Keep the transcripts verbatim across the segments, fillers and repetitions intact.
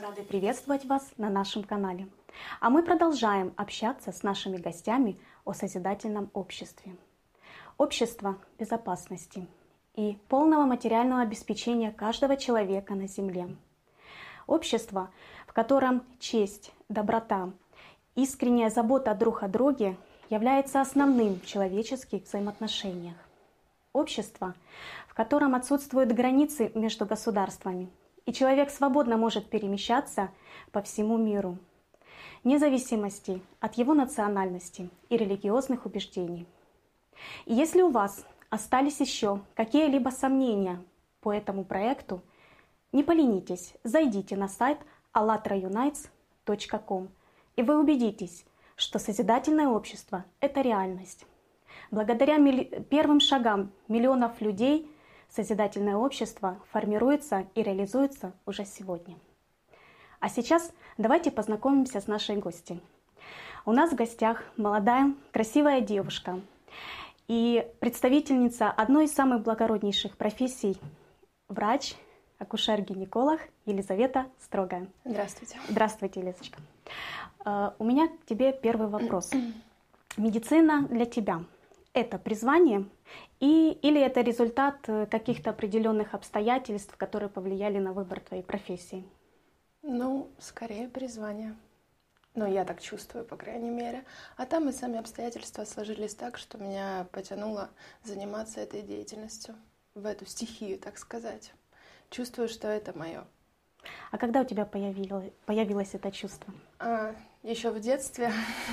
Рады приветствовать вас на нашем канале. А мы продолжаем общаться с нашими гостями о созидательном обществе. Общество безопасности и полного материального обеспечения каждого человека на Земле. Общество, в котором честь, доброта, искренняя забота друг о друге является основным в человеческих взаимоотношениях. Общество, в котором отсутствуют границы между государствами, и человек свободно может перемещаться по всему миру, вне зависимости от его национальности и религиозных убеждений. И если у вас остались еще какие-либо сомнения по этому проекту, не поленитесь, зайдите на сайт allatra unites точка ком, и вы убедитесь, что созидательное общество — это реальность. Благодаря первым шагам миллионов людей созидательное общество формируется и реализуется уже сегодня. А сейчас давайте познакомимся с нашей гостьей. У нас в гостях молодая, красивая девушка и представительница одной из самых благороднейших профессий — врач, акушер-гинеколог Елизавета Строгая. Здравствуйте. Здравствуйте, Лизочка. У меня к тебе первый вопрос. Медицина для тебя — это призвание и, или это результат каких-то определенных обстоятельств, которые повлияли на выбор твоей профессии? Ну, скорее призвание. Ну, я так чувствую, по крайней мере. А там и сами обстоятельства сложились так, что меня потянуло заниматься этой деятельностью, в эту стихию, так сказать. Чувствую, что это мое. А когда у тебя появилось, появилось это чувство? А, еще в детстве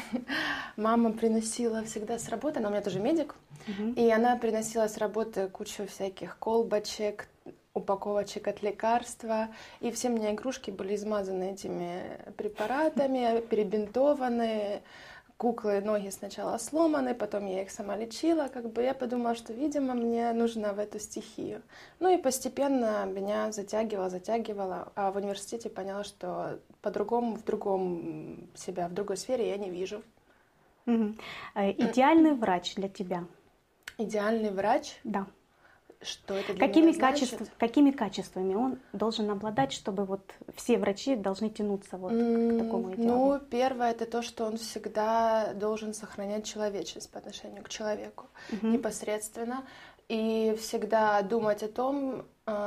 мама приносила всегда с работы, она у меня тоже медик, угу. И она приносила с работы кучу всяких колбочек, упаковочек от лекарства, и все у меня игрушки были измазаны этими препаратами, перебинтованы. Куклы, ноги сначала сломаны, потом я их сама лечила. Как бы я подумала, что, видимо, мне нужно в эту стихию. Ну и постепенно меня затягивало, затягивало. А в университете поняла, что по-другому, в другом себя, в другой сфере я не вижу. Угу. Идеальный врач для тебя? Идеальный врач? Да. Что это для какими, меня качеств, значит? какими качествами он должен обладать, чтобы вот все врачи должны тянуться вот mm, к такому идеалу? Ну, первое — это то, что он всегда должен сохранять человечность по отношению к человеку uh-huh. непосредственно. И всегда думать о том,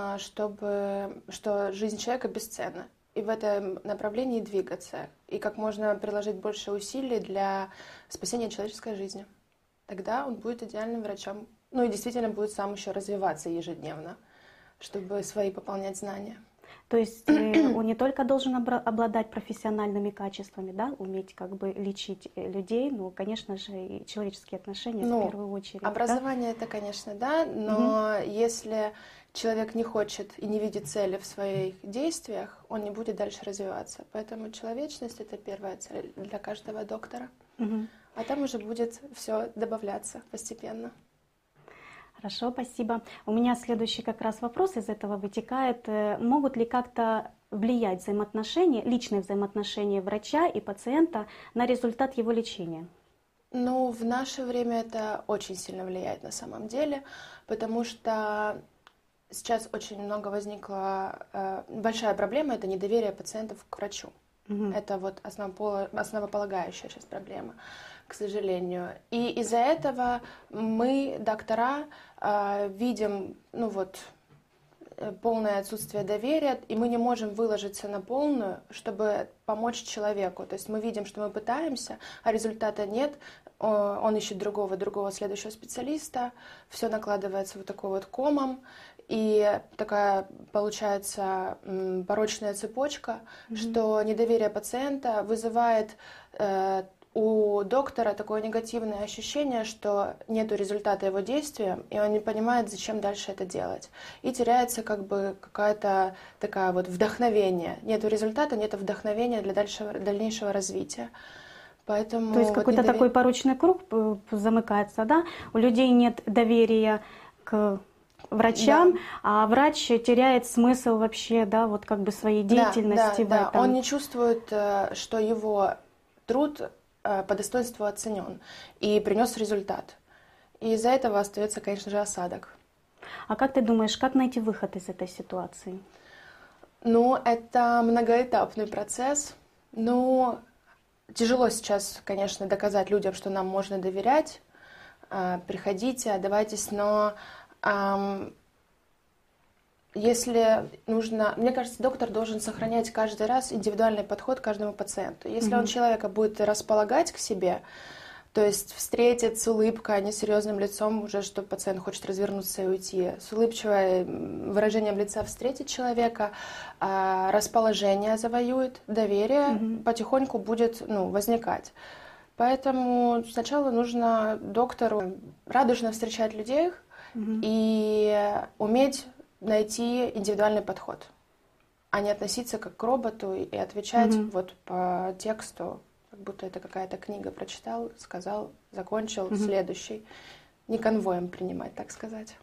чтобы, что жизнь человека бесценна. И в этом направлении двигаться. И как можно приложить больше усилий для спасения человеческой жизни. Тогда он будет идеальным врачом. Ну и действительно будет сам еще развиваться ежедневно, чтобы свои пополнять знания. То есть он не только должен обладать профессиональными качествами, да, уметь как бы лечить людей, но, конечно же, и человеческие отношения ну, в первую очередь. Образование да? это, конечно, да, но угу. если человек не хочет и не видит цели в своих действиях, он не будет дальше развиваться. Поэтому человечность — это первая цель для каждого доктора. Угу. А там уже будет все добавляться постепенно. Хорошо, спасибо. У меня следующий как раз вопрос из этого вытекает. Могут ли как-то влиять взаимоотношения, личные взаимоотношения врача и пациента на результат его лечения? Ну, в наше время это очень сильно влияет на самом деле, потому что сейчас очень много возникла, э, большая проблема — это недоверие пациентов к врачу. Угу. Это вот основополагающая сейчас проблема, к сожалению. И из-за этого мы, доктора, видим, ну вот, полное отсутствие доверия, и мы не можем выложиться на полную, чтобы помочь человеку. То есть мы видим, что мы пытаемся, а результата нет. Он ищет другого, другого следующего специалиста. Все накладывается вот такой вот комом. И такая получается порочная цепочка, mm-hmm. что недоверие пациента вызывает э, у доктора такое негативное ощущение, что нет результата его действия, и он не понимает, зачем дальше это делать. И теряется как бы какая-то такая вот вдохновение. Нет результата, нет вдохновения для дальшего, дальнейшего развития. Поэтому То есть вот какой-то недовер... такой порочный круг замыкается, да? У людей нет доверия к врачам, да. а врач теряет смысл вообще, да, вот как бы своей деятельности. Да, да, в этом. Да. Он не чувствует, что его труд по достоинству оценен и принес результат. И из-за этого остается, конечно же, осадок. А как ты думаешь, как найти выход из этой ситуации? Ну, это многоэтапный процесс. Ну, тяжело сейчас, конечно, доказать людям, что нам можно доверять. Приходите, отдавайтесь, но эм, если нужно... Мне кажется, доктор должен сохранять каждый раз индивидуальный подход к каждому пациенту. Если mm-hmm. он человека будет располагать к себе, то есть встретит с улыбкой, а не серьезным лицом, уже что пациент хочет развернуться и уйти, с улыбчивым выражением лица встретит человека, расположение завоюет, доверие mm-hmm. потихоньку будет ну, возникать. Поэтому сначала нужно доктору радужно встречать людей mm-hmm. и уметь найти индивидуальный подход, а не относиться как к роботу и отвечать mm-hmm. вот по тексту, как будто это какая-то книга, прочитал, сказал, закончил, mm-hmm. следующий. Не конвоем принимать, так сказать.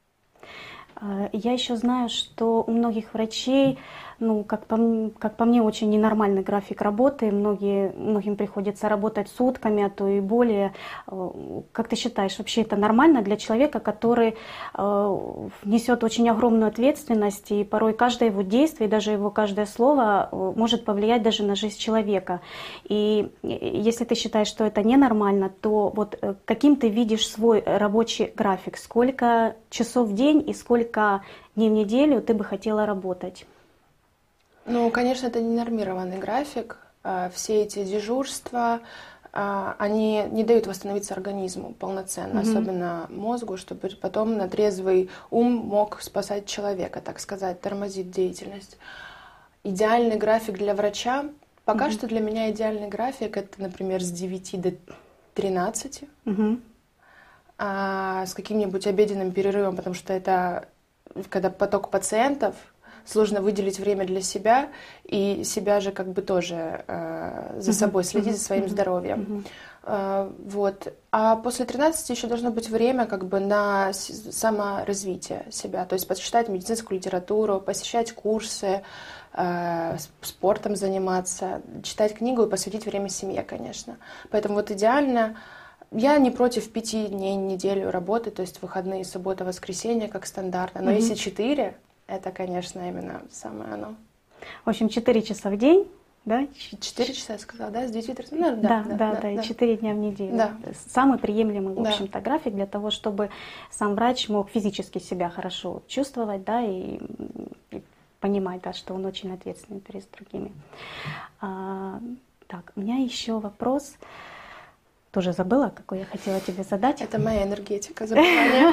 Я еще знаю, что у многих врачей, ну, как по, как по мне, очень ненормальный график работы. Многие, многим приходится работать сутками, а то и более. Как ты считаешь, вообще это нормально для человека, который э, несет очень огромную ответственность, и порой каждое его действие, даже его каждое слово может повлиять даже на жизнь человека. И если ты считаешь, что это ненормально, то вот каким ты видишь свой рабочий график? Сколько часов в день и сколько дней в неделю ты бы хотела работать? Ну, конечно, это не нормированный график. Все эти дежурства, они не дают восстановиться организму полноценно, mm-hmm. особенно мозгу, чтобы потом на трезвый ум мог спасать человека, так сказать, тормозит деятельность. Идеальный график для врача, пока mm-hmm. что для меня идеальный график, это, например, с девяти до тринадцати, mm-hmm. а, с каким-нибудь обеденным перерывом, потому что это когда поток пациентов, сложно выделить время для себя, и себя же как бы тоже э, за uh-huh. собой следить, uh-huh. за своим uh-huh. здоровьем. Uh-huh. Э, вот. А после тринадцати еще должно быть время как бы на саморазвитие себя, то есть почитать медицинскую литературу, посещать курсы, э, спортом заниматься, читать книгу и посвятить время семье, конечно. Поэтому вот идеально... Я не против пяти дней в неделю работы, то есть выходные, суббота, воскресенье, как стандартно. Но mm-hmm. если четыре, это, конечно, именно самое оно. В общем, четыре часа в день, да? Четыре часа, я сказала, да? С девяти до тринадцати? Ну, да, да, да, да, да, и четыре дня в неделю. Да. Самый приемлемый, в да. общем-то, график для того, чтобы сам врач мог физически себя хорошо чувствовать, да, и, и понимать, да, что он очень ответственен перед другими. А, так, у меня еще вопрос. Тоже забыла, какой я хотела тебе задать. Это моя энергетика, забывание.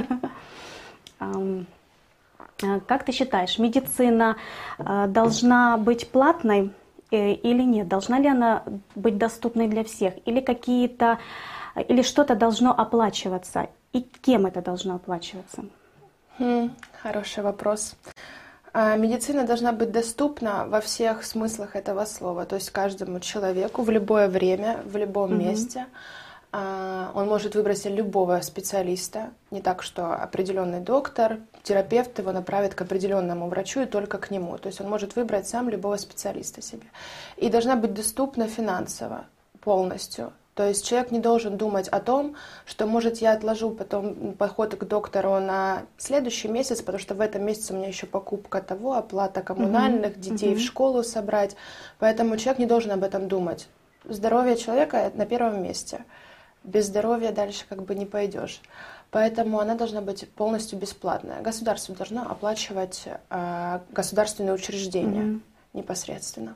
Как ты считаешь, медицина должна быть платной или нет? Должна ли она быть доступной для всех? Или какие-то, или что-то должно оплачиваться? И кем это должно оплачиваться? Хм, хороший вопрос. Медицина должна быть доступна во всех смыслах этого слова, то есть каждому человеку в любое время, в любом mm-hmm. месте. Он может выбрать любого специалиста, не так, что определенный доктор, терапевт его направит к определенному врачу и только к нему. То есть он может выбрать сам любого специалиста себе. И должна быть доступна финансово полностью. То есть человек не должен думать о том, что, может, я отложу потом поход к доктору на следующий месяц, потому что в этом месяце у меня еще покупка того, оплата коммунальных, mm-hmm. детей mm-hmm. в школу собрать. Поэтому человек не должен об этом думать. Здоровье человека на первом месте. Без здоровья дальше как бы не пойдешь. Поэтому она должна быть полностью бесплатная. Государство должно оплачивать э, государственные учреждения mm-hmm. непосредственно.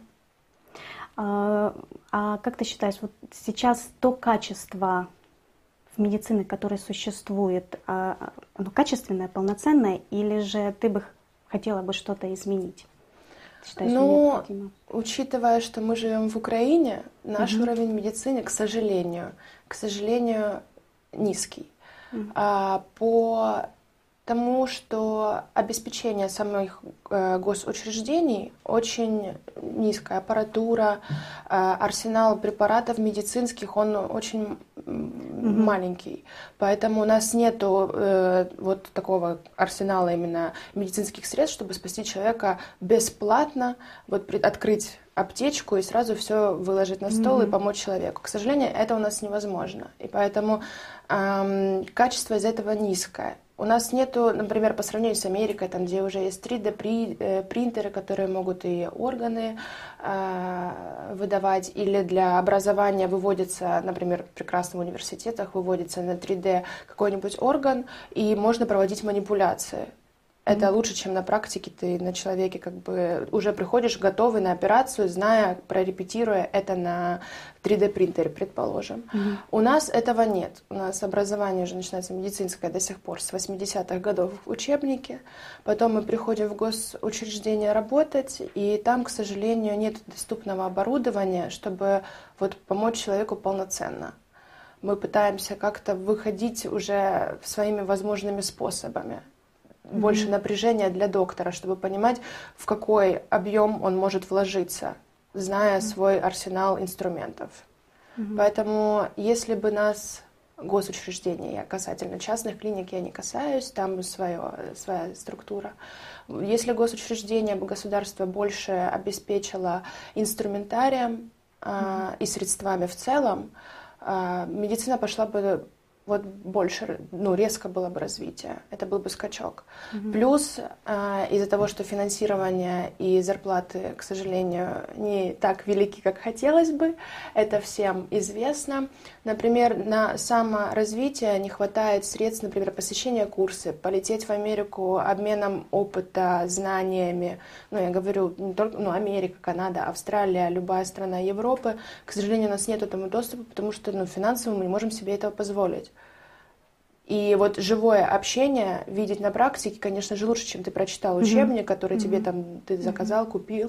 А, а как ты считаешь, вот сейчас то качество в медицине, которое существует, оно качественное, полноценное, или же ты бы хотела бы что-то изменить? Ты считаешь, ну, учитывая, что мы живем в Украине, наш mm-hmm. уровень медицины, к сожалению, к сожалению, низкий. Mm-hmm. А, по тому, что обеспечение самих э, госучреждений очень низкая, аппаратура, э, арсенал препаратов медицинских, он очень mm-hmm. маленький. Поэтому у нас нет э, вот такого арсенала именно медицинских средств, чтобы спасти человека бесплатно, вот при, открыть аптечку и сразу все выложить на стол mm-hmm. и помочь человеку. К сожалению, это у нас невозможно. И поэтому эм, качество из этого низкое. У нас нету, например, по сравнению с Америкой, там, где уже есть три дэ принтеры, которые могут и органы э, выдавать, или для образования выводится, например, в прекрасных университетах выводится на три дэ какой-нибудь орган, и можно проводить манипуляции. Это лучше, чем на практике ты на человеке как бы уже приходишь готовый на операцию, зная, прорепетируя это на три дэ принтере, предположим. Mm-hmm. У нас этого нет. У нас образование уже начинается медицинское до сих пор с восьмидесятых годов в учебнике. Потом мы приходим в госучреждение работать, и там, к сожалению, нет доступного оборудования, чтобы вот помочь человеку полноценно. Мы пытаемся как-то выходить уже своими возможными способами. Больше mm-hmm. напряжения для доктора, чтобы понимать, в какой объем он может вложиться, зная mm-hmm. свой арсенал инструментов. Mm-hmm. Поэтому, если бы нас госучреждения, я касательно частных клиник я не касаюсь, там свое, своя структура. Если госучреждение бы государство больше обеспечило инструментарием mm-hmm. э, и средствами в целом, э, медицина пошла бы вот больше, ну, резко было бы развитие, это был бы скачок. Mm-hmm. Плюс э, из-за того, что финансирование и зарплаты, к сожалению, не так велики, как хотелось бы, это всем известно. Например, на саморазвитие не хватает средств, например, посещения курсы, полететь в Америку обменом опыта, знаниями. Ну, я говорю, не только ну, Америка, Канада, Австралия, любая страна Европы. К сожалению, у нас нет этому доступа, потому что ну, финансово мы не можем себе этого позволить. И вот живое общение видеть на практике, конечно же, лучше, чем ты прочитал учебник, mm-hmm. который mm-hmm. тебе там ты заказал, mm-hmm. купил,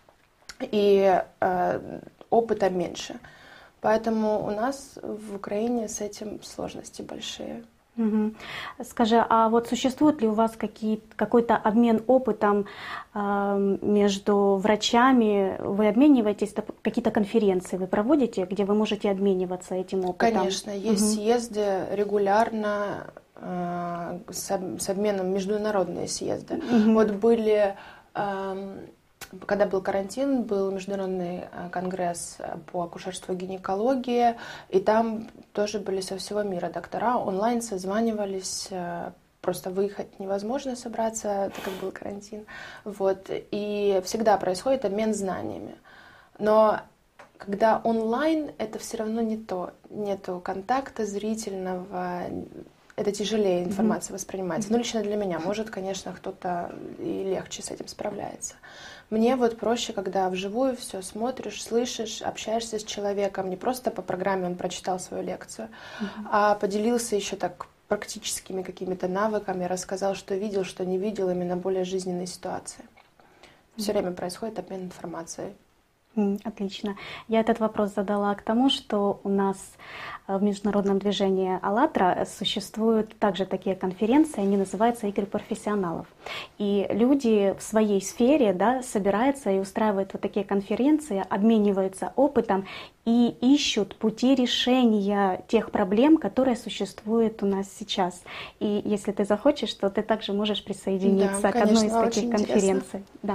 и э, опыта меньше. Поэтому у нас в Украине с этим сложности большие. Угу. Скажи, а вот существует ли у вас какие, какой-то обмен опытом э, между врачами? Вы обмениваетесь, какие-то конференции вы проводите, где вы можете обмениваться этим опытом? Конечно, есть угу. съезды регулярно э, с, с обменом, международные съезды. Угу. Вот были... Э, Когда был карантин, был международный конгресс по акушерству и гинекологии, и там тоже были со всего мира доктора, онлайн созванивались, просто выехать невозможно собраться, так как был карантин. Вот. И всегда происходит обмен знаниями. Но когда онлайн, это все равно не то, нету контакта зрительного, это тяжелее информацию mm-hmm. воспринимать. Ну, лично для меня, может, конечно, кто-то и легче с этим справляется. Мне вот проще, когда вживую все смотришь, слышишь, общаешься с человеком, не просто по программе он прочитал свою лекцию, mm-hmm. а поделился еще так практическими какими-то навыками, рассказал, что видел, что не видел, именно более жизненной ситуации. Mm-hmm. Все время происходит обмен информацией. Отлично. Я этот вопрос задала к тому, что у нас в международном движении «АЛЛАТРА» существуют также такие конференции, они называются «Игры профессионалов». И люди в своей сфере да, собираются и устраивают вот такие конференции, обмениваются опытом и ищут пути решения тех проблем, которые существуют у нас сейчас. И если ты захочешь, то ты также можешь присоединиться да, к конечно, одной из таких конференций. Да.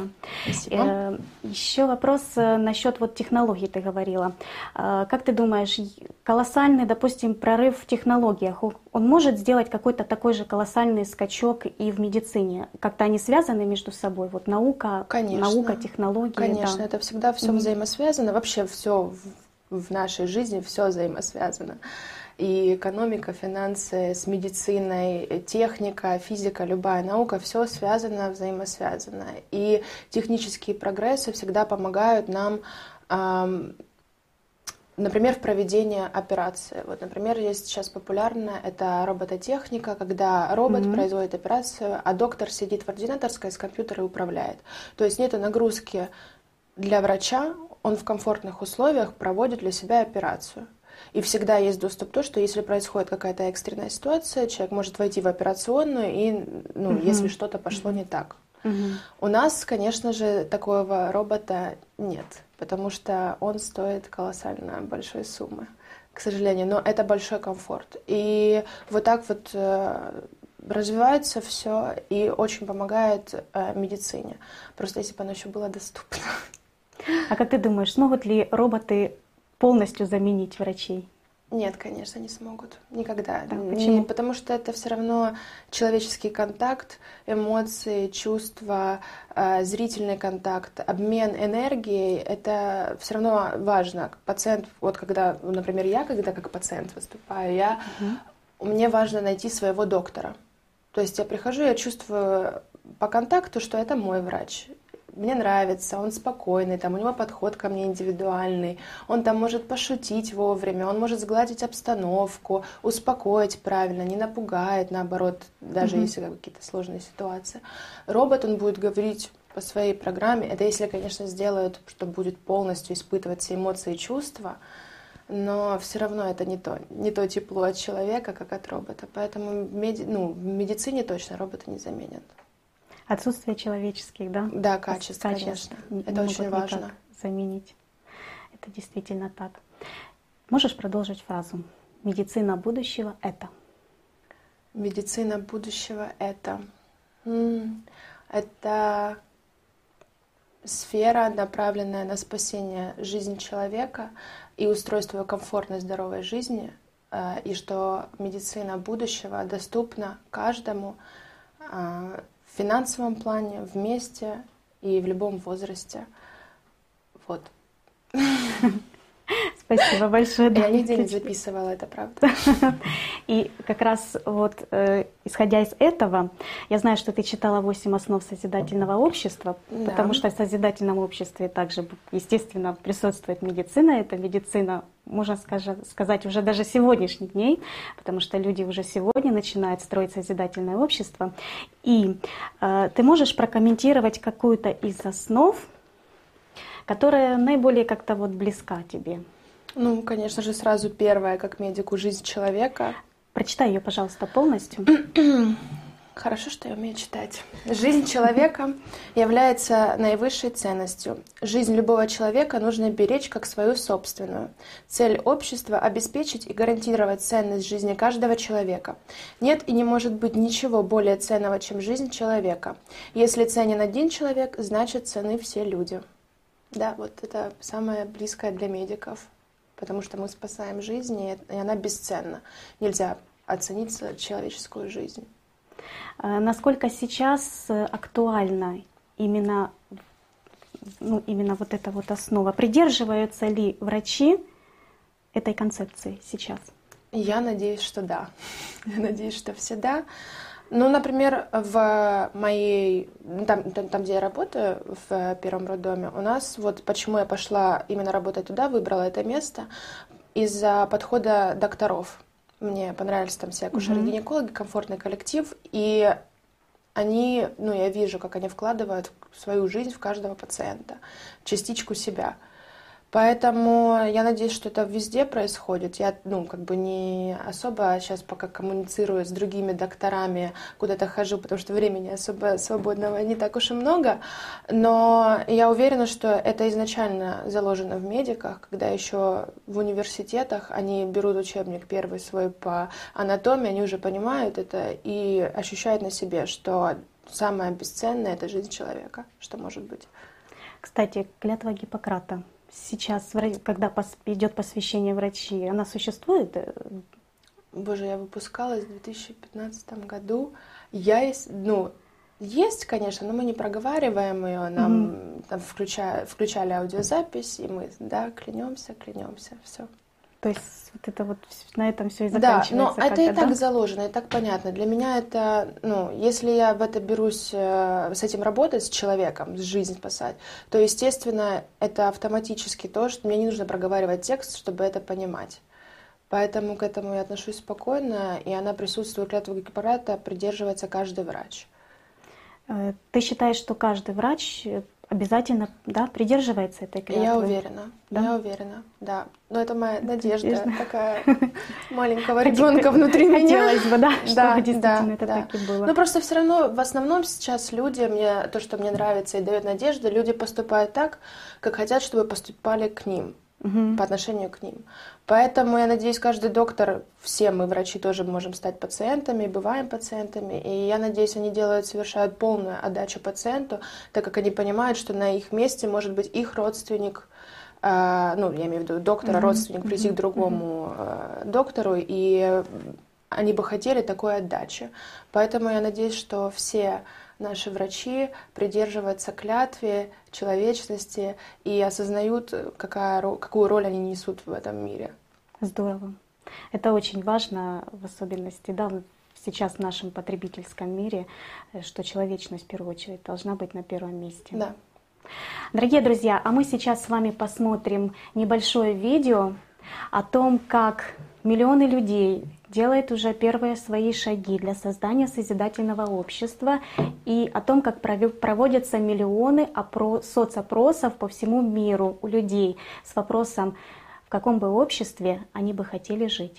Э, еще вопрос насчет вот технологий ты говорила. Э, как ты думаешь, колоссальный, допустим, прорыв в технологиях, он может сделать какой-то такой же колоссальный скачок и в медицине? Как-то они связаны между собой? Вот наука, конечно, наука, технологии. Конечно, да. это всегда все mm-hmm. взаимосвязано. Вообще все в нашей жизни все взаимосвязано. И экономика, финансы с медициной, техника, физика, любая наука, все связано, взаимосвязано. И технические прогрессы всегда помогают нам, эм, например, в проведении операции. Вот, например, есть сейчас популярно, это робототехника, когда робот mm-hmm. производит операцию, а доктор сидит в ординаторской с компьютера и управляет. То есть нет нагрузки для врача, он в комфортных условиях проводит для себя операцию. И всегда есть доступ к тому, что если происходит какая-то экстренная ситуация, человек может войти в операционную, и ну, угу. если что-то пошло не так. Угу. У нас, конечно же, такого робота нет, потому что он стоит колоссально большой суммы, к сожалению. Но это большой комфорт. И вот так вот э, развивается все и очень помогает э, медицине. Просто если бы оно еще было доступно. А как ты думаешь, смогут ли роботы полностью заменить врачей? Нет, конечно, не смогут. Никогда. Да, Не- почему? потому что это все равно человеческий контакт, эмоции, чувства, э, зрительный контакт, обмен энергией. Это все равно важно. Пациент, вот когда, например, я, когда как пациент выступаю, я, Мгм. мне важно найти своего доктора. То есть я прихожу, я чувствую по контакту, что это мой врач. Мне нравится, он спокойный, там, у него подход ко мне индивидуальный, он там может пошутить вовремя, он может сгладить обстановку, успокоить правильно, не напугает, наоборот, даже Мгм. если какие-то сложные ситуации. Робот, он будет говорить по своей программе, это если, конечно, сделают, что будет полностью испытывать все эмоции и чувства, но все равно это не то, не то тепло от человека, как от робота. Поэтому меди- ну, в медицине точно роботы не заменят. Отсутствие человеческих, да, Да, кас- качеств, качеств конечно. не, Это не очень могут важно. никак заменить. Это действительно так. Можешь продолжить фразу? Медицина будущего — это. Медицина будущего — это, м, это сфера, направленная на спасение жизни человека и устройство комфортной, здоровой жизни, э, и что медицина будущего доступна каждому э, в финансовом плане, вместе и в любом возрасте. Вот. Спасибо большое. Да, Я нигде не отлично. записывала это, правда. И как раз вот э, исходя из этого, я знаю, что ты читала «Восемь основ созидательного общества», Да. потому что в созидательном обществе также, естественно, присутствует медицина. Это медицина, можно скажа- сказать, уже даже сегодняшних дней, потому что люди уже сегодня начинают строить созидательное общество. И э, ты можешь прокомментировать какую-то из основ, которая наиболее как-то вот близка тебе? Ну, конечно же, сразу первое, как медику, жизнь человека. Прочитай ее, пожалуйста, полностью. Хорошо, что я умею читать. Жизнь человека является наивысшей ценностью. Жизнь любого человека нужно беречь как свою собственную. Цель общества — обеспечить и гарантировать ценность жизни каждого человека. Нет и не может быть ничего более ценного, чем жизнь человека. Если ценен один человек, значит ценны все люди. Да, вот это самое близкое для медиков, потому что мы спасаем жизни, и она бесценна. Нельзя оценить человеческую жизнь. Э, Насколько сейчас э, актуальна именно, ну, именно вот эта вот основа? Придерживаются ли врачи этой концепции сейчас? Я надеюсь, что да. Я надеюсь, что все да. Ну, например, в моей, ну, там, там, там, где я работаю, в первом роддоме, у нас, вот почему я пошла именно работать туда, выбрала это место, из-за подхода докторов. Мне понравились там все акушеры-гинекологи, комфортный коллектив, и они, ну, я вижу, как они вкладывают в свою жизнь в каждого пациента, частичку себя. Поэтому я надеюсь, что это везде происходит. Я, ну, как бы не особо сейчас пока коммуницирую с другими докторами, куда-то хожу, потому что времени особо свободного не так уж и много. Но я уверена, что это изначально заложено в медиках, когда еще в университетах они берут учебник первый свой по анатомии, они уже понимают это и ощущают на себе, что самое бесценное — это жизнь человека, что может быть. Кстати, клятва Гиппократа. Сейчас, вра- когда пос- идет посвящение врачи, она существует? Э, Боже, я выпускалась в две тысячи пятнадцатом году. Я, есть- ну, есть, конечно, но мы не проговариваем ее, нам там включа- включали аудиозапись, и мы, да, клянемся, клянемся, все. То есть вот это вот вс- на этом все и Да, но заканчивается. это и как-то, так да? заложено, и так понятно. Для меня это, ну, если я в это берусь, э, с этим работать, с человеком, с жизнь спасать, то, естественно, это автоматически то, что мне не нужно проговаривать текст, чтобы это понимать. Поэтому к этому я отношусь спокойно, и она присутствует, клятва Гиппократа придерживается каждый врач. Э, Ты считаешь, что каждый врач э, обязательно, да, придерживается этой клятвы? Я уверена, Да? я уверена, да. Но это моя надежда, надежда. такая маленького Хоте- ребенка внутри меня. Хотелось бы, да, Да, чтобы действительно да, это да. так и было. Но просто все равно в основном сейчас люди, мне то, что мне нравится и дает надежду, люди поступают так, как хотят, чтобы поступали к ним, Мгм. по отношению к ним. Поэтому я надеюсь, каждый доктор, все мы, врачи, тоже можем стать пациентами, бываем пациентами, и я надеюсь, они делают, совершают полную отдачу пациенту, так как они понимают, что на их месте может быть их родственник, ну, я имею в виду доктора, mm-hmm. родственник, прийти mm-hmm. к другому mm-hmm. доктору, и они бы хотели такой отдачи. Поэтому я надеюсь, что все наши врачи придерживаются клятве человечности и осознают, какая, какую роль они несут в этом мире. Здорово. Это очень важно, в особенности, да, сейчас в нашем потребительском мире, что человечность в первую очередь должна быть на первом месте. Да. Дорогие друзья, а мы сейчас с вами посмотрим небольшое видео о том, как миллионы людей делают уже первые свои шаги для создания созидательного общества, и о том, как проводятся миллионы соцопросов по всему миру у людей с вопросом, в каком бы обществе они бы хотели жить.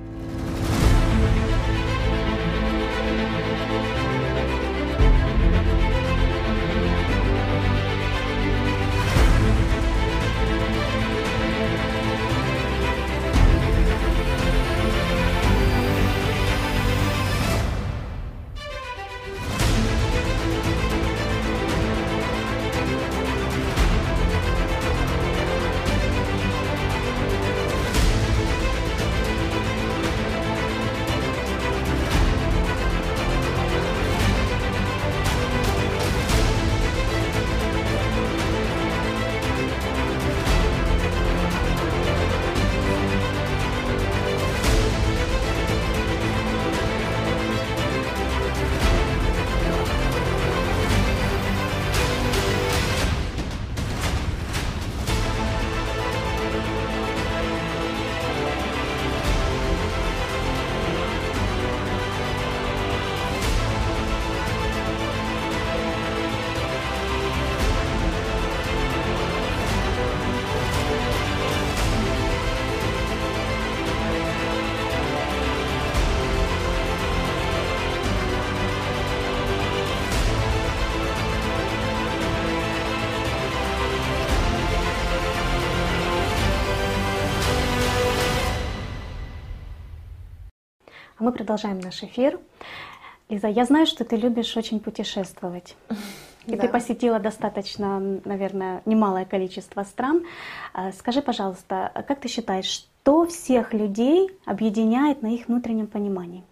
Мы продолжаем наш эфир. Лиза, я знаю, что ты любишь очень путешествовать. И да. Ты посетила достаточно, наверное, немалое количество стран. Скажи, пожалуйста, как ты считаешь, что всех людей объединяет на их внутреннем понимании?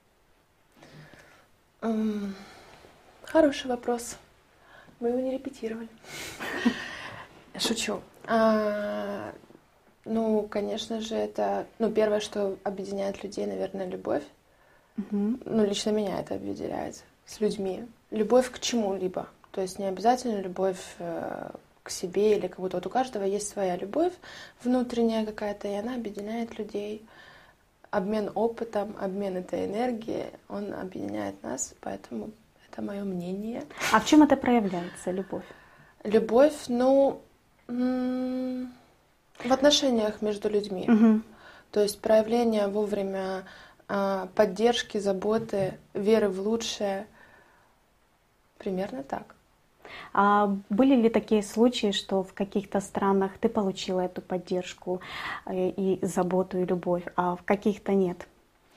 Um, хороший вопрос. Мы его не репетировали. Шучу. А, ну, конечно же, это... Ну, первое, что объединяет людей, наверное, любовь. Uh-huh. Ну, лично меня это объединяет с людьми. Любовь к чему-либо. То есть не обязательно любовь э, к себе или кому-то. Вот у каждого есть своя любовь внутренняя какая-то, и она объединяет людей. Обмен опытом, обмен этой энергией, он объединяет нас, поэтому это мое мнение. А в чем это проявляется, любовь? Любовь, ну, м- в отношениях между людьми. Угу. То есть проявление вовремя э, поддержки, заботы, веры в лучшее. Примерно так. А были ли такие случаи, что в каких-то странах ты получила эту поддержку и заботу, и любовь, а в каких-то нет?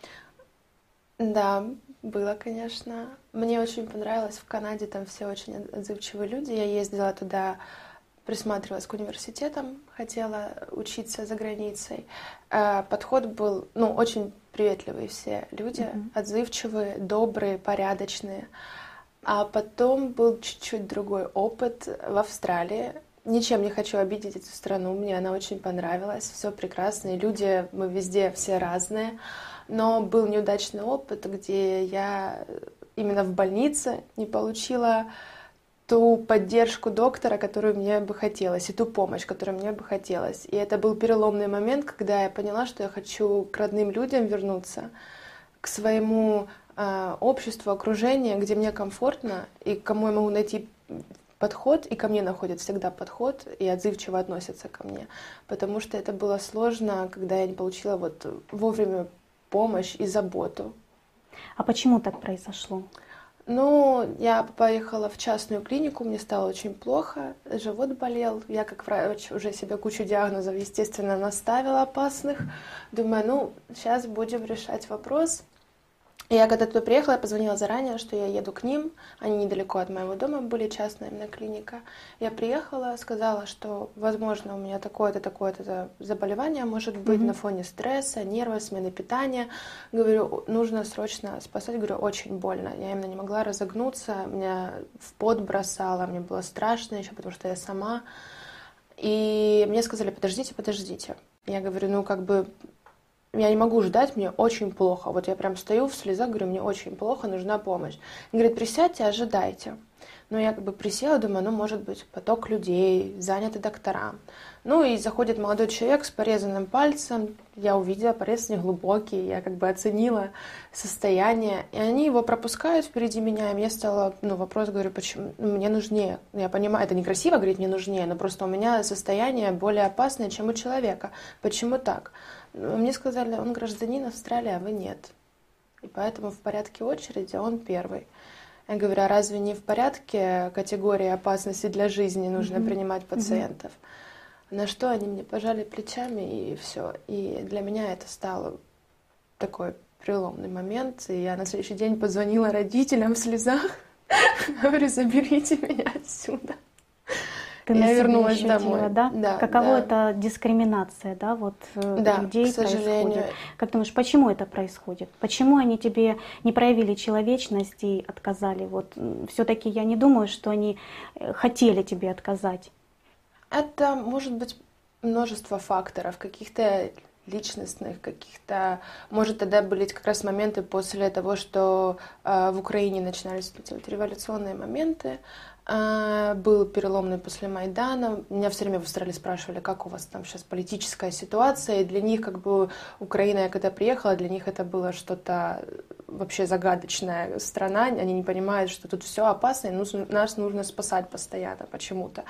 Да, было, конечно. Мне очень понравилось в Канаде, там все очень отзывчивые люди. Я ездила туда, присматривалась к университетам, хотела учиться за границей. Подход был, ну, очень приветливые все люди, mm-hmm. отзывчивые, добрые, порядочные. А потом был чуть-чуть другой опыт в Австралии. Ничем не хочу обидеть эту страну, мне она очень понравилась, все прекрасно, и люди, мы везде все разные. Но был неудачный опыт, где я именно в больнице не получила ту поддержку доктора, которую мне бы хотелось, и ту помощь, которую мне бы хотелось. И это был переломный момент, когда я поняла, что я хочу к родным людям вернуться, к своему общество, окружение, где мне комфортно, и к кому я могу найти подход, и ко мне находят всегда подход, и отзывчиво относятся ко мне. Потому что это было сложно, когда я не получила вот вовремя помощь и заботу. А почему так произошло? Ну, я поехала в частную клинику, мне стало очень плохо, живот болел. Я как врач уже себе кучу диагнозов, естественно, наставила опасных. Думаю, ну, сейчас будем решать вопрос. Я когда туда приехала, я позвонила заранее, что я еду к ним. Они недалеко от моего дома были, частная именно клиника. Я приехала, сказала, что, возможно, у меня такое-то, такое-то заболевание может быть mm-hmm. на фоне стресса, нервов, смены питания. Говорю, нужно срочно спасать. Говорю, очень больно. Я именно не могла разогнуться, меня в пот бросало, мне было страшно еще, потому что я сама. И мне сказали, подождите, подождите. Я говорю, ну как бы... Я не могу ждать, мне очень плохо. Вот я прям стою в слезах, говорю, мне очень плохо, нужна помощь. Он говорит, присядьте, ожидайте. Ну, я как бы присела, думаю, ну, может быть, поток людей, заняты доктора. Ну, и заходит молодой человек с порезанным пальцем. Я увидела, порез неглубокий, я как бы оценила состояние. И они его пропускают впереди меня, и мне стало, ну, вопрос, говорю, почему мне нужнее. Я понимаю, это некрасиво говорить, мне нужнее, но просто у меня состояние более опасное, чем у человека. Почему так? Мне сказали, он гражданин Австралии, а вы нет. И поэтому в порядке очереди он первый. Я говорю, а разве не в порядке категории опасности для жизни нужно mm-hmm. принимать пациентов? Mm-hmm. На что они мне пожали плечами, и все. И для меня это стало такой переломный момент. И я на следующий день позвонила родителям в слезах. Говорю, заберите меня отсюда. Ты я на вернулась ощутила, домой. Да? Да, Каково да. это дискриминация, да, вот да, людей к сожалению. происходит? Как думаешь, почему это происходит? Почему они тебе не проявили человечность и отказали? Вот все-таки я не думаю, что они хотели тебе отказать. Это может быть множество факторов, каких-то личностных, каких-то, может, тогда были как раз моменты после того, что э, в Украине начинались эти вот революционные моменты. Был переломный после Майдана. Меня все время в Австралии спрашивали, как у вас там сейчас политическая ситуация. И для них, как бы, Украина, я когда приехала, для них это было что-то вообще загадочная страна. Они не понимают, что тут все опасно, и нас нужно спасать постоянно почему-то.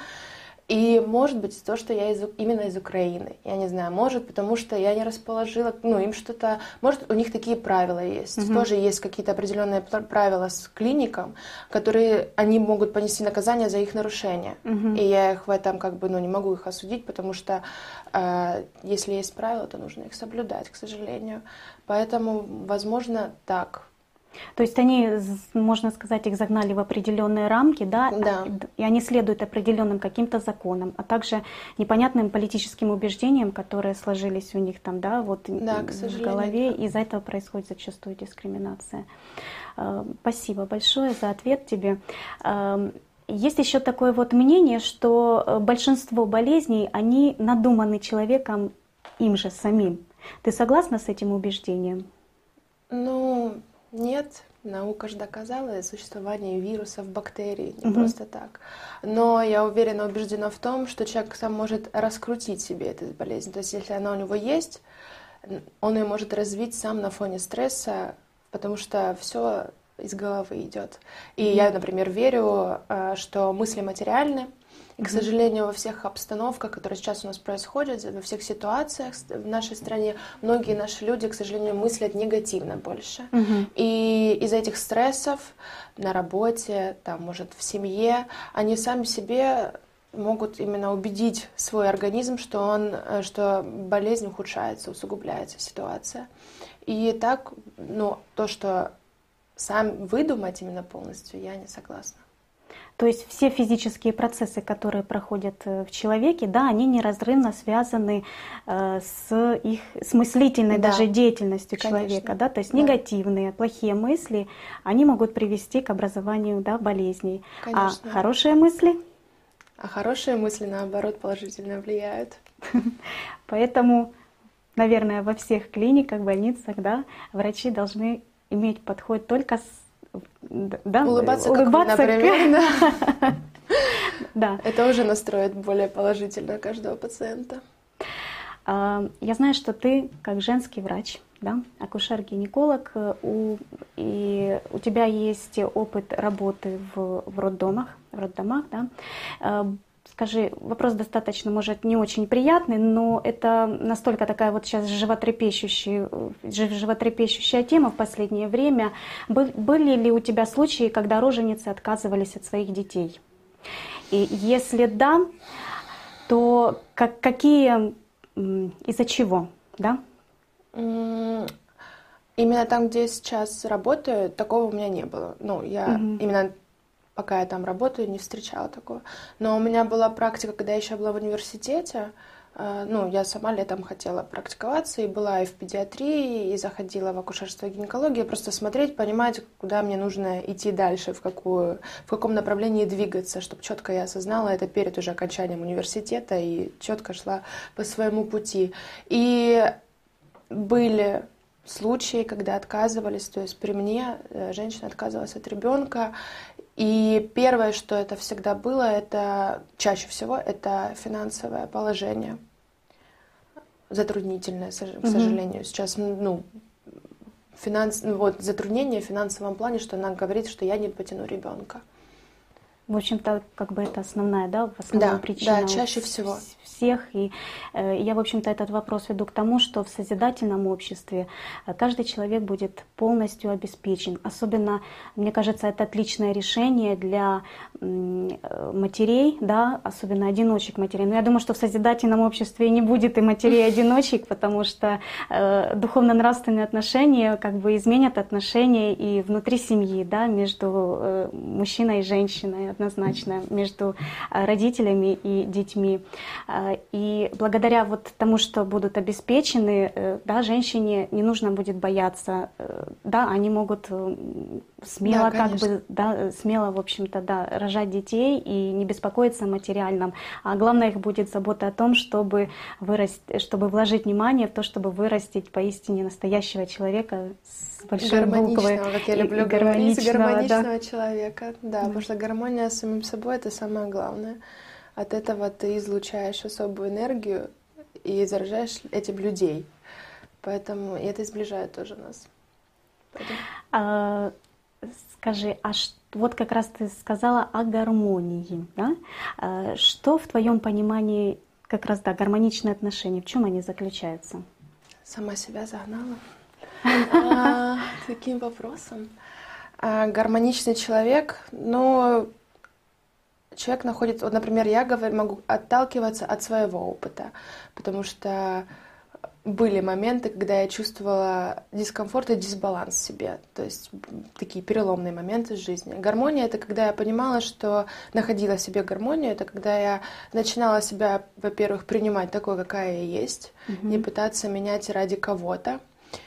И может быть то, что я из, именно из Украины, я не знаю, может, потому что я не расположила, ну, им что-то, может, у них такие правила есть, mm-hmm. тоже есть какие-то определенные правила с клиником, которые, они могут понести наказание за их нарушение, mm-hmm. и я их в этом, как бы, ну, не могу их осудить, потому что э, если есть правила, то нужно их соблюдать, к сожалению, поэтому, возможно, так. То есть они, можно сказать, их загнали в определенные рамки, да, да. и они следуют определенным каким-то законам, а также непонятным политическим убеждениям, которые сложились у них там, да, вот да, в голове, и из-за этого происходит зачастую дискриминация. Спасибо большое за ответ тебе. Есть еще такое вот мнение, что большинство болезней, они надуманы человеком им же самим. Ты согласна с этим убеждением? Ну... Нет, наука же доказала существование вирусов, бактерий, не угу. просто так. Но я уверена, убеждена в том, что человек сам может раскрутить себе эту болезнь. То есть если она у него есть, он ее может развить сам на фоне стресса, потому что все из головы идет. И mm-hmm. я, например, верю, что мысли материальны. И, к сожалению, во всех обстановках, которые сейчас у нас происходят, во всех ситуациях в нашей стране, многие наши люди, к сожалению, мыслят негативно больше. Mm-hmm. И из-за этих стрессов на работе, там, может, в семье, они сами себе могут именно убедить свой организм, что, он, что болезнь ухудшается, усугубляется ситуация. И так, ну, то, что сам выдумать именно полностью, я не согласна. То есть все физические процессы, которые проходят в человеке, да, они неразрывно связаны э, с их с мыслительной да. даже деятельностью Конечно. человека, да, то есть да. негативные, плохие мысли, они могут привести к образованию, да, болезней. Конечно. А хорошие мысли? А хорошие мысли, наоборот, положительно влияют. Поэтому, наверное, во всех клиниках, больницах, да, врачи должны иметь подход только с Да, улыбаться, улыбаться, как вы, например. Да. Да. Это уже настроит более положительно каждого пациента. Я знаю, что ты как женский врач, да, акушер-гинеколог, у, и у тебя есть опыт работы в, в роддомах, в роддомах, да. Скажи, вопрос достаточно, может, не очень приятный, но это настолько такая вот сейчас животрепещущая, животрепещущая тема в последнее время. Были ли у тебя случаи, когда роженицы отказывались от своих детей? И если да, то как, какие, из-за чего, да? Именно там, где я сейчас работаю, такого у меня не было. Ну, я Мгм. именно пока я там работаю, не встречала такого. Но у меня была практика, когда я еще была в университете. Э, Ну, я сама летом хотела практиковаться, и была и в педиатрии, и заходила в акушерство и гинекологию, просто смотреть, понимать, куда мне нужно идти дальше, в какую, в каком направлении двигаться, чтобы четко я осознала это перед уже окончанием университета и четко шла по своему пути. И были случаи, когда отказывались, то есть при мне э, женщина отказывалась от ребенка, и первое, что это всегда было, это чаще всего это финансовое положение, затруднительное, сож- к Мгм. сожалению. Сейчас, ну, финанс, ну, вот затруднение в финансовом плане, что она говорит, что я не потяну ребенка. В общем-то, как бы это основная, да, в основная Да, причина да, у чаще вс- всего. всех. И э, я, в общем-то, этот вопрос веду к тому, что в созидательном обществе э, каждый человек будет полностью обеспечен. Особенно, мне кажется, это отличное решение для м, э, матерей, да, особенно одиночек матерей. Но я думаю, что в созидательном обществе не будет и матерей-одиночек, потому что э, духовно-нравственные отношения как бы изменят отношения и внутри семьи, да, между э, мужчиной и женщиной, однозначно, между э, родителями и детьми. Э, И благодаря вот тому, что будут обеспечены, э, да, женщине не нужно будет бояться, э, да, они могут э, смело, Да, как конечно. бы, да, э, смело, в общем-то, да, рожать детей и не беспокоиться о материальном. А главное их будет забота о том, чтобы вырасти, чтобы вложить внимание в то, чтобы вырастить поистине настоящего человека с большой буквы. Гармоничного, как я И- люблю и говорить, гармоничного, да. гармоничного человека. Да, потому что гармония с самим собой — это самое главное. От этого ты излучаешь особую энергию и заражаешь этим людей. Поэтому и это сближает тоже нас. Поэтому- А, скажи, а ш- вот как раз ты сказала о гармонии, да? А, что в твоем понимании как раз, да, гармоничные отношения, в чем они заключаются? Сама себя загнала А, таким вопросом. А, Гармоничный человек, ну, человек находит, вот, например, я говорю, могу отталкиваться от своего опыта, потому что были моменты, когда я чувствовала дискомфорт и дисбаланс в себе, то есть м, такие переломные моменты в жизни. Гармония — это когда я понимала, что находила в себе гармонию, это когда я начинала себя, во-первых, принимать такой, какая я есть, не Мгм. пытаться менять ради кого-то,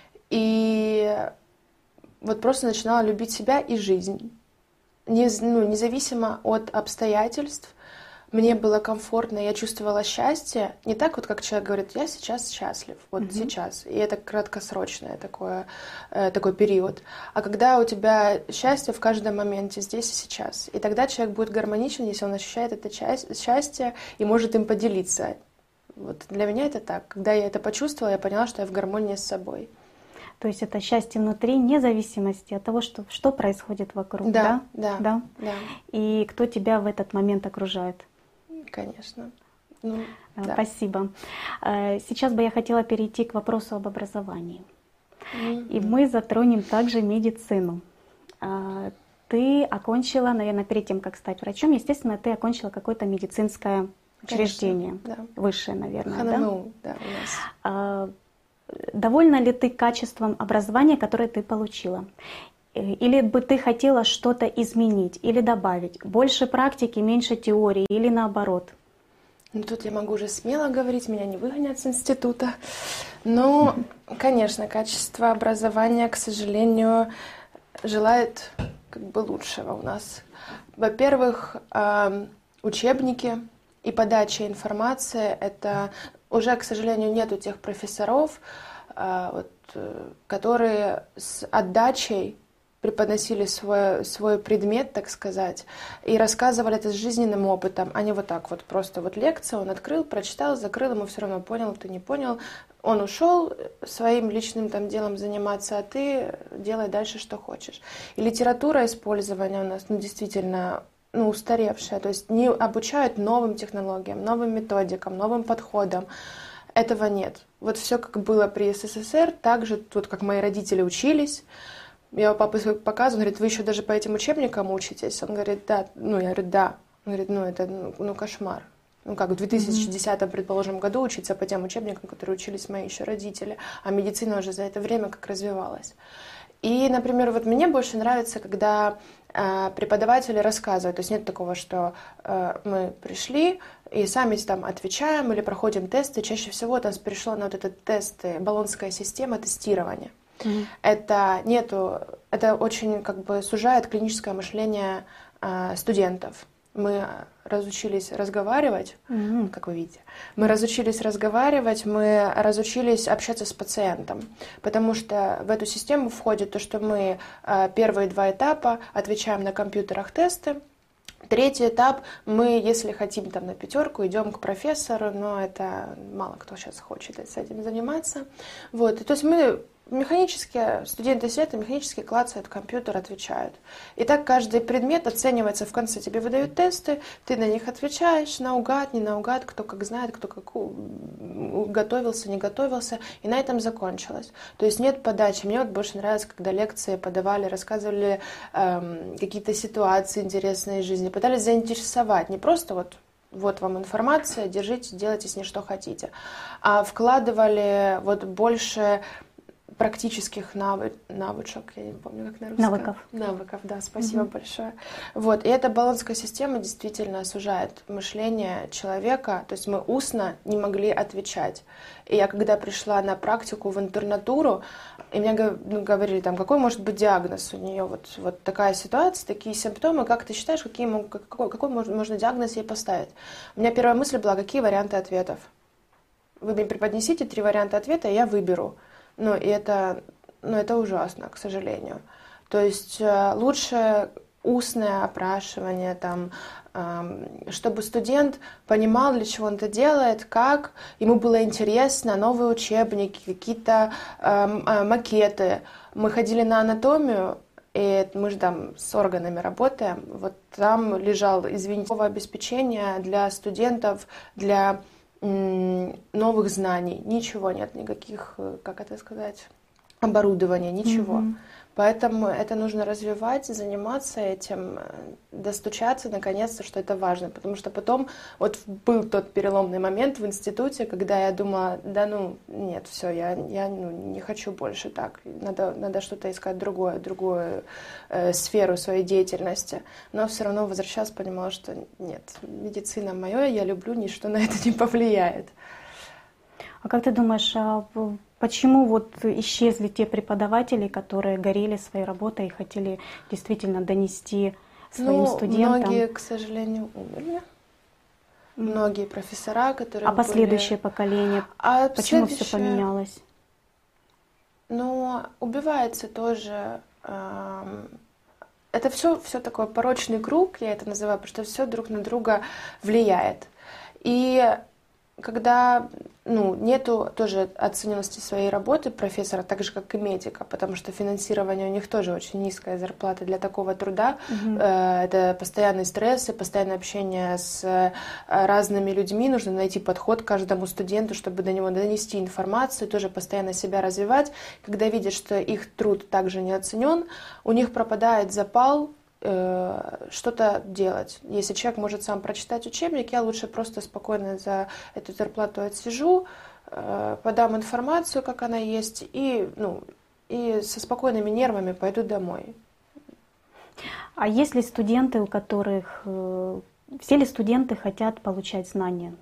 и вот просто начинала любить себя и жизнь. Не, ну, независимо от обстоятельств, мне было комфортно, я чувствовала счастье. Не так вот, как человек говорит, я сейчас счастлив, вот Мгм. сейчас. И это краткосрочное такое, э, такой период. А когда у тебя счастье в каждом моменте, здесь и сейчас. И тогда человек будет гармоничен, если он ощущает это часть- счастье и может им поделиться. Вот для меня это так. Когда я это почувствовала, я поняла, что я в гармонии с собой. То есть это счастье внутри, вне зависимости от того, что, что происходит вокруг, Да, да? да, Да? да, И кто тебя в этот момент окружает. конечно. Ну, А, да. Спасибо. Э, Сейчас бы я хотела перейти к вопросу об образовании. И Мгм. мы затронем также медицину. А, Ты окончила, наверное, перед тем, как стать врачом, естественно, ты окончила какое-то медицинское учреждение, Да. высшее, наверное, да? ХНМУ, да, у нас. А, Довольна ли ты качеством образования, которое ты получила? Э, Или бы ты хотела что-то изменить или добавить? Больше практики, меньше теории или наоборот? Ну, тут я могу уже смело говорить, меня не выгонят с института. Ну, конечно, качество образования, к сожалению, желает как бы лучшего у нас. Во-первых, ам, учебники и подача информации — это уже, к сожалению, нету тех профессоров, а, вот, э, которые с отдачей преподносили свой, свой предмет, так сказать, и рассказывали это с жизненным опытом, а не вот так вот, просто вот лекция, он открыл, прочитал, закрыл, ему все равно понял, ты не понял, он ушел своим личным там делом заниматься, а ты делай дальше, что хочешь. И литература использования у нас, ну, действительно, ну, устаревшая, то есть не обучают новым технологиям, новым методикам, новым подходам. Этого нет. Вот все как было при СССР, так же тут, как мои родители учились. Я у папы показываю, он говорит, вы еще даже по этим учебникам учитесь? Он говорит, да. Ну, я говорю, да. Он говорит, ну, это ну, ну, кошмар. ну, как в две тысячи десятом, предположим, году учиться по тем учебникам, которые учились мои еще родители, а медицина уже за это время как развивалась. И, например, вот мне больше нравится, когда э, преподаватели рассказывают, то есть нет такого, что э, мы пришли и сами там отвечаем или проходим тесты. Чаще всего у нас пришло на вот этот тест, болонская система тестирования. Mm-hmm. Это нету, это очень как бы сужает клиническое мышление э, студентов. Мы разучились разговаривать, mm-hmm. как вы видите. Мы разучились разговаривать, мы разучились общаться с пациентом, потому что в эту систему входит то, что мы э, первые два этапа отвечаем на компьютерах тесты. Третий этап, мы, если хотим там на пятерку, идем к профессору, но это мало кто сейчас хочет с этим заниматься. Вот. И, то есть мы механически, студенты сидят и механически клацают компьютер, отвечают. И так каждый предмет оценивается в конце. Тебе выдают тесты, ты на них отвечаешь, наугад, не наугад, кто как знает, кто как готовился, не готовился. И на этом закончилось. То есть нет подачи. Мне вот больше нравится, когда лекции подавали, рассказывали эм, какие-то ситуации интересные из жизни, пытались заинтересовать, не просто вот вот вам информация, держите, делайте с ней что хотите, а вкладывали вот больше практических навы... навычек, я не помню, как на русском. Навыков. Навыков, да, спасибо mm-hmm. большое. Вот, и эта болонская система действительно сужает мышление человека, то есть мы устно не могли отвечать. И я когда пришла на практику в интернатуру, и мне говорили, там, какой может быть диагноз у нее, вот, вот такая ситуация, такие симптомы, как ты считаешь, какие, какой, какой можно диагноз ей поставить? У меня первая мысль была, какие варианты ответов? Вы мне преподнесите три варианта ответа, и я выберу. Ну, и это, ну, это ужасно, к сожалению. То есть лучше устное опрашивание, там, э, чтобы студент понимал, для чего он это делает, как, ему было интересно, новые учебники, какие-то э, макеты. Мы ходили на анатомию, и мы же там с органами работаем. Вот там лежал, извините, обеспечение для студентов, для новых знаний, ничего нет, никаких, как это сказать, оборудования, ничего. Mm-hmm. Поэтому это нужно развивать, заниматься этим, достучаться наконец-то, что это важно. Потому что потом, вот был тот переломный момент в институте, когда я думала, да ну, нет, все, я, я ну, не хочу больше так, надо, надо что-то искать другое, другую э, сферу своей деятельности. Но все равно возвращалась, понимала, что нет, медицина моя, я люблю, ничто на это не повлияет. А как ты думаешь, почему вот исчезли те преподаватели, которые горели своей работой и хотели действительно донести своим ну, студентам? Многие, к сожалению, умерли. Mm. Многие профессора, которые А были... последующее поколение, а почему следующее... все поменялось? Ну, убивается тоже... Эм... Это все, все такой порочный круг, я это называю, потому что все друг на друга влияет. И когда ну, нету тоже оцененности своей работы профессора, так же, как и медика, потому что финансирование у них тоже очень низкая зарплата для такого труда. Mm-hmm. Это постоянные стрессы, постоянное общение с разными людьми, нужно найти подход к каждому студенту, чтобы до него донести информацию, тоже постоянно себя развивать. Когда видят, что их труд также не оценен, у них пропадает запал что-то делать. Если человек может сам прочитать учебник, я лучше просто спокойно за эту зарплату отсижу, подам информацию, как она есть, и, ну, и со спокойными нервами пойду домой. А есть ли студенты, у которых... Все ли студенты хотят получать знания?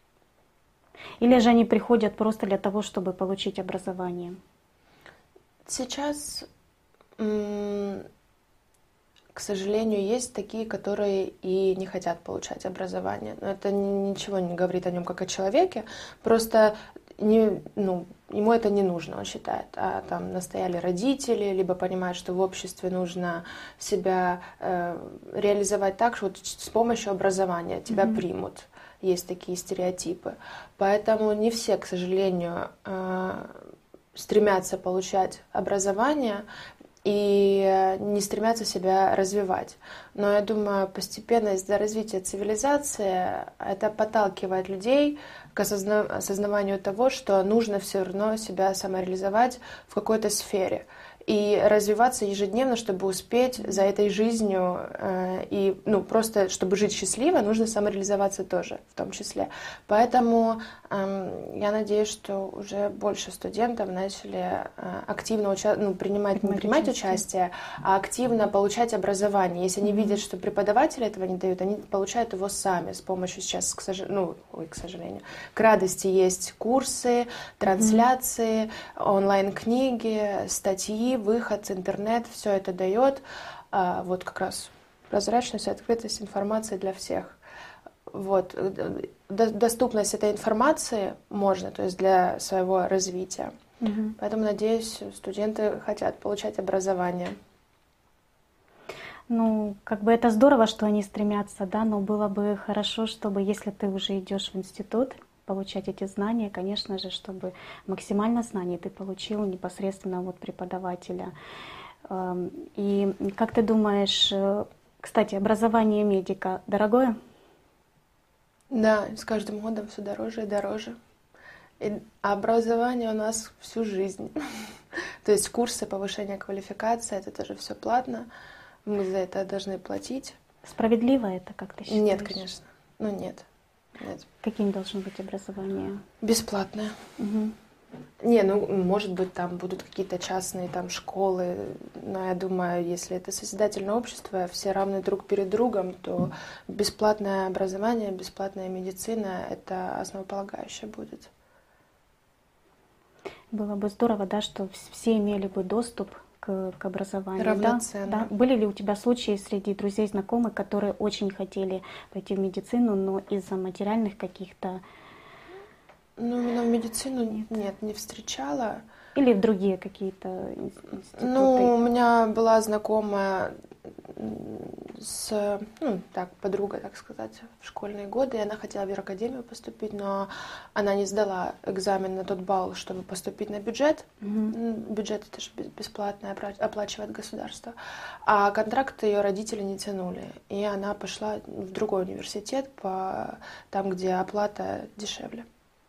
Или же они приходят просто для того, чтобы получить образование? Сейчас... М- К сожалению, есть такие, которые и не хотят получать образование. Но это ничего не говорит о нем как о человеке. Просто не, ну, ему это не нужно, он считает. А там настояли родители, либо понимают, что в обществе нужно себя э, реализовать так, что вот с помощью образования тебя mm-hmm. примут. Есть такие стереотипы. Поэтому не все, к сожалению, э, стремятся получать образование и не стремятся себя развивать. Но я думаю, постепенно из-за развития цивилизации это подталкивает людей к осозна- осознаванию того, что нужно все равно себя самореализовать в какой-то сфере. и развиваться ежедневно, чтобы успеть за этой жизнью, э, и ну, просто, чтобы жить счастливо, нужно самореализоваться тоже в том числе. Поэтому э, я надеюсь, что уже больше студентов начали э, активно уча- ну, принимать, не принимать участие, а активно получать образование. Если они mm-hmm. видят, что преподаватели этого не дают, они получают его сами с помощью сейчас, к сожалению, ну, ой, к сожалению, к радости есть курсы, трансляции, mm-hmm. онлайн-книги, статьи, выход, интернет, все это дает а, вот как раз прозрачность, открытость информации для всех. Вот. Доступность этой информации можно, то есть для своего развития. Угу. Поэтому, надеюсь, студенты хотят получать образование. Ну, как бы это здорово, что они стремятся, да, но было бы хорошо, чтобы, если ты уже идешь в институт, получать эти знания, конечно же, чтобы максимально знаний ты получил непосредственно от преподавателя. И как ты думаешь, кстати, образование медика дорогое? Да, с каждым годом все дороже и дороже. И образование у нас всю жизнь. То есть курсы повышения квалификации, это тоже все платно. Мы за это должны платить. Справедливо это, как ты считаешь? Нет, конечно. Ну нет. Нет. Каким должно быть образование? Бесплатное. Угу. Не, ну, может быть, там будут какие-то частные там школы, но я думаю, если это созидательное общество, все равны друг перед другом, то бесплатное образование, бесплатная медицина — это основополагающее будет. Было бы здорово, да, что все имели бы доступ к, к образованию. Равноценно. Да? Да? Были ли у тебя случаи среди друзей, знакомых, которые очень хотели пойти в медицину, но из-за материальных каких-то... Ну, именно в медицину нет, нет не встречала. Или в другие какие-то институты? Ну, у меня была знакомая с, ну, так, подруга, так сказать, в школьные годы, и она хотела в юракадемию поступить, но она не сдала экзамен на тот балл, чтобы поступить на бюджет. Mm-hmm. Бюджет это же бесплатно оплачивает государство. А контракт ее родители не тянули, и она пошла в другой университет, по, там, где оплата дешевле.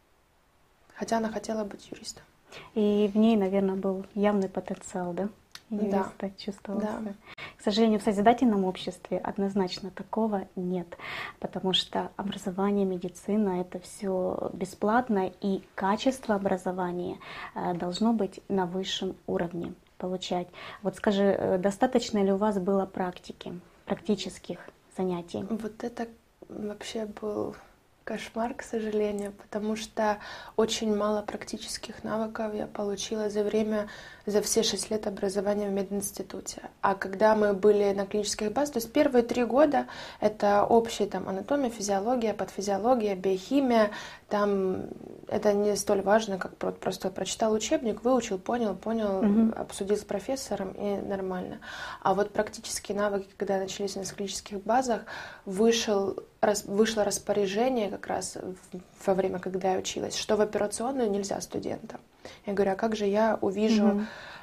Хотя она хотела быть юристом. И в ней, наверное, был явный потенциал, да? Юриста да. чувствовался. Да. К сожалению, в созидательном обществе однозначно такого нет, потому что образование, медицина — это все бесплатно, и качество образования должно быть на высшем уровне получать. Вот скажи, достаточно ли у вас было практики, практических занятий? Вот это вообще был кошмар, к сожалению, потому что очень мало практических навыков я получила за время, за все шесть лет образования в мединституте. А когда мы были на клинических базах, то есть первые три года это общая там анатомия, физиология, патофизиология, биохимия, там это не столь важно, как просто прочитал учебник, выучил, понял, понял, угу. обсудил с профессором и нормально. А вот практические навыки, когда начались на клинических базах, вышел вышло распоряжение как раз во время, когда я училась, что в операционную нельзя студентам. Я говорю, а как же я увижу, угу.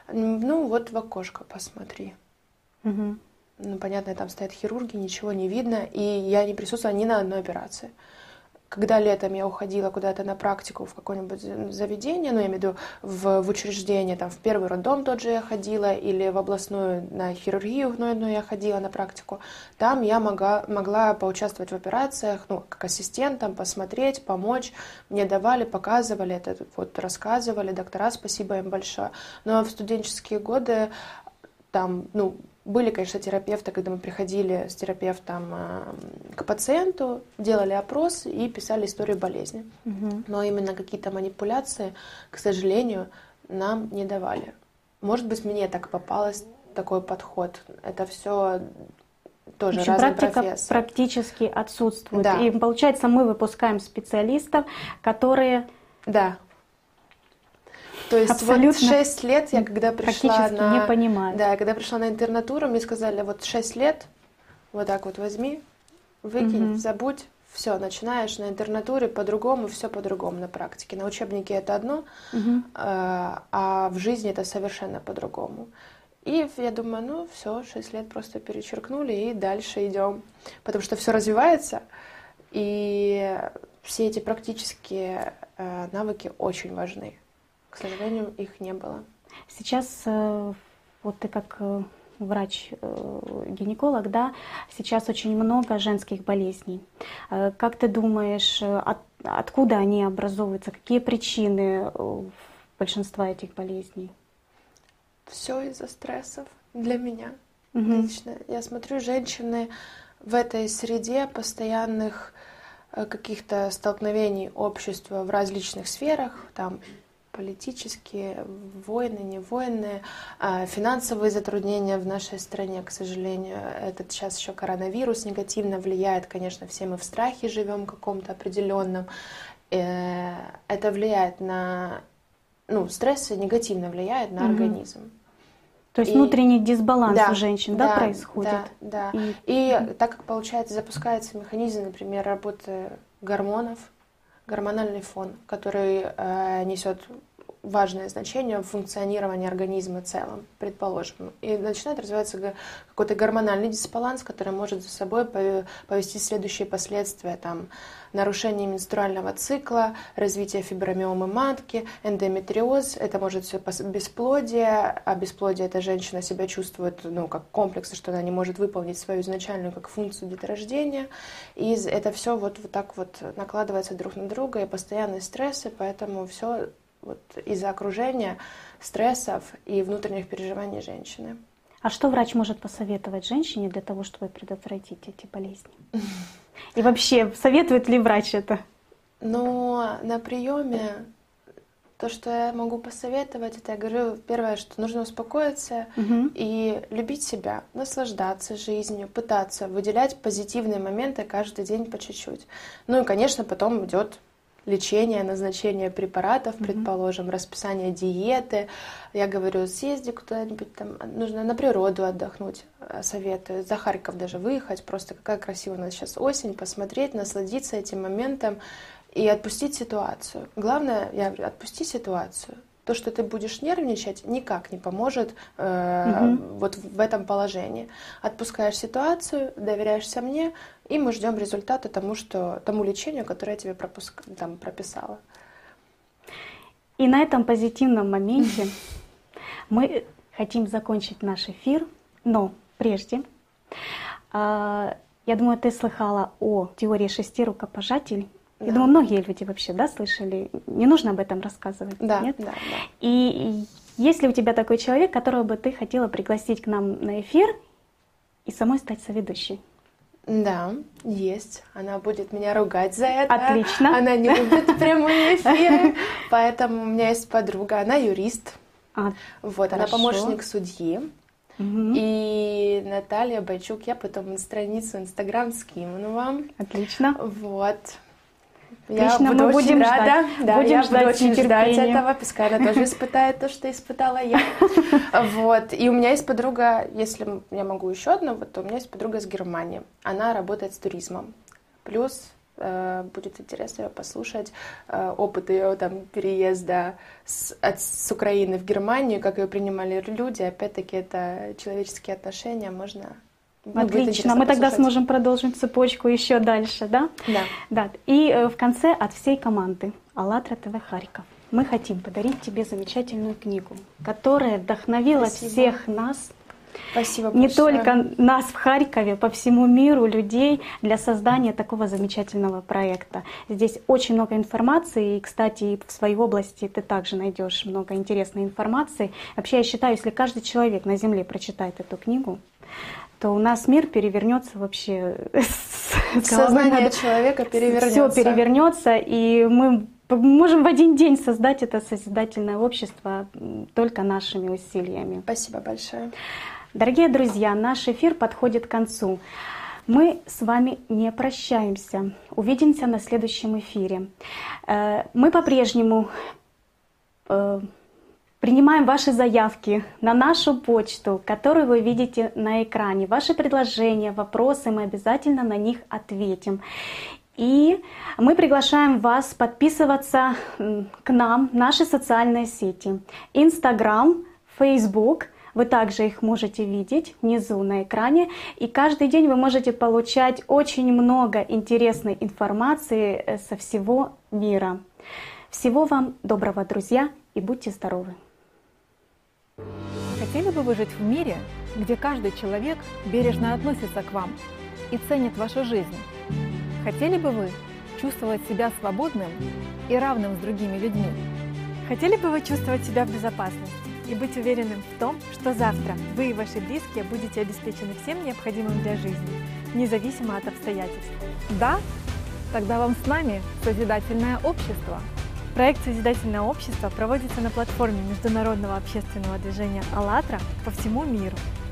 ну вот в окошко посмотри. Угу. Ну понятно, там стоят хирурги, ничего не видно, и я не присутствовала ни на одной операции. Когда летом я уходила куда-то на практику в какое-нибудь заведение, ну, я имею в виду в, в учреждение, там, в первый роддом тот же я ходила, или в областную на хирургию гнойную я ходила на практику, там я могла, могла поучаствовать в операциях, ну, как ассистентом, посмотреть, помочь. Мне давали, показывали, это вот рассказывали, доктора, спасибо им большое. Но в студенческие годы там, ну, были, конечно, терапевты, когда мы приходили с терапевтом к пациенту, делали опрос и писали историю болезни. Угу. Но именно какие-то манипуляции, к сожалению, нам не давали. Может быть, мне так попалось такой подход. Это все тоже общем, разные практика профессии. Практически отсутствует. Да. И получается, мы выпускаем специалистов, которые... Да. То есть абсолютно вот шесть лет я когда пришла на... не понимаю. Да, когда пришла на интернатуру, мне сказали, вот шесть лет, вот так вот возьми, выкинь, угу. забудь, все, начинаешь на интернатуре по-другому, все по-другому на практике. На учебнике это одно, угу. а, а в жизни это совершенно по-другому. И я думаю, ну все, шесть лет просто перечеркнули и дальше идем. Потому что все развивается, и все эти практические э, навыки очень важны. К сожалению, их не было. Сейчас э, вот ты как врач-гинеколог, да, сейчас очень много женских болезней. Как ты думаешь, от, откуда они образовываются, какие причины большинства этих болезней? Все из-за стрессов для меня Угу. лично. Я смотрю, женщины в этой среде постоянных каких-то столкновений общества в различных сферах, там политические, войны, не войны, финансовые затруднения в нашей стране, к сожалению. Этот сейчас еще коронавирус негативно влияет, конечно, все мы в страхе живем каком-то определенном. Это влияет на, ну, стресс негативно влияет на угу. организм. То есть и, внутренний дисбаланс да, у женщин, да, да, происходит? Да, да. И, и так как, получается, запускается механизм, например, работы гормонов, гормональный фон, который э, несет важное значение в функционировании организма в целом, предположим. И начинает развиваться какой-то гормональный дисбаланс, который может за собой повести следующие последствия, там, нарушение менструального цикла, развитие фибромиомы матки, эндометриоз, это может все бесплодие, а бесплодие эта женщина себя чувствует, ну, как комплекс, что она не может выполнить свою изначальную как функцию деторождения, и это все вот, вот так вот накладывается друг на друга, и постоянные стрессы, поэтому все вот из-за окружения, стрессов и внутренних переживаний женщины. А что врач может посоветовать женщине для того, чтобы предотвратить эти болезни? И вообще, советует ли врач это? Ну, на приеме то, что я могу посоветовать, это я говорю, первое, что нужно успокоиться угу. и любить себя, наслаждаться жизнью, пытаться выделять позитивные моменты каждый день по чуть-чуть. Ну и, конечно, потом идет лечение, назначение препаратов, mm-hmm. предположим, расписание диеты. Я говорю, съезди куда-нибудь, там, нужно на природу отдохнуть, советую. За Харьков даже выехать, просто какая красивая у нас сейчас осень, посмотреть, насладиться этим моментом и отпустить ситуацию. Главное, я говорю, отпусти ситуацию. То, что ты будешь нервничать, никак не поможет э, угу. вот в этом положении. Отпускаешь ситуацию, доверяешься мне, и мы ждем результата тому, что, тому лечению, которое я тебе пропуск, там, прописала. И на этом позитивном моменте мы хотим закончить наш эфир, но прежде, э, я думаю, ты слыхала о теории шести рукопожатий. Я да. думаю, многие люди вообще, да, слышали. Не нужно об этом рассказывать, да, нет? Да, да. И есть ли у тебя такой человек, которого бы ты хотела пригласить к нам на эфир и самой стать соведущей? Да, есть. Она будет меня ругать за это. Отлично. Она не любит прямые эфиры, поэтому у меня есть подруга, она юрист. А, вот, она помощник судьи. Угу. И Наталья Бойчук, я потом на страницу Инстаграм скину вам. Отлично. Вот. Отлично, я буду мы очень будем рада. Ждать. Да, будем я ждать буду очень ждать этого. Пускай она тоже испытает то, что испытала я. Вот. И у меня есть подруга, если я могу еще одну, вот, то у меня есть подруга из Германии. Она работает с туризмом. Плюс э, будет интересно ее послушать э, опыт ее там переезда с, от, с Украины в Германию, как ее принимали люди. Опять-таки это человеческие отношения, можно... Ну, отлично, мы тогда сможем продолжить цепочку еще дальше, да? Да. Да. И э, в конце от всей команды АЛЛАТРА ТВ Харьков мы хотим подарить тебе замечательную книгу, которая вдохновила Спасибо. всех нас, Спасибо не большое. только нас в Харькове, по всему миру, людей для создания такого замечательного проекта. Здесь очень много информации, и, кстати, в своей области ты также найдешь много интересной информации. Вообще, я считаю, если каждый человек на Земле прочитает эту книгу, то у нас мир перевернется вообще. Сознание человека перевернется. Все перевернется, и мы можем в один день создать это созидательное общество только нашими усилиями. Спасибо большое. Дорогие друзья, наш эфир подходит к концу. Мы с вами не прощаемся. Увидимся на следующем эфире. Мы по-прежнему принимаем ваши заявки на нашу почту, которую вы видите на экране. Ваши предложения, вопросы, мы обязательно на них ответим. И мы приглашаем вас подписываться к нам в наши социальные сети. Инстаграм, Фейсбук. Вы также их можете видеть внизу на экране. И каждый день вы можете получать очень много интересной информации со всего мира. Всего вам доброго, друзья, и будьте здоровы! Хотели бы вы жить в мире, где каждый человек бережно относится к вам и ценит вашу жизнь? Хотели бы вы чувствовать себя свободным и равным с другими людьми? Хотели бы вы чувствовать себя в безопасности и быть уверенным в том, что завтра вы и ваши близкие будете обеспечены всем необходимым для жизни, независимо от обстоятельств? Да? Тогда вам с нами созидательное общество. Проект «Созидательное общество» проводится на платформе международного общественного движения «АЛЛАТРА» по всему миру.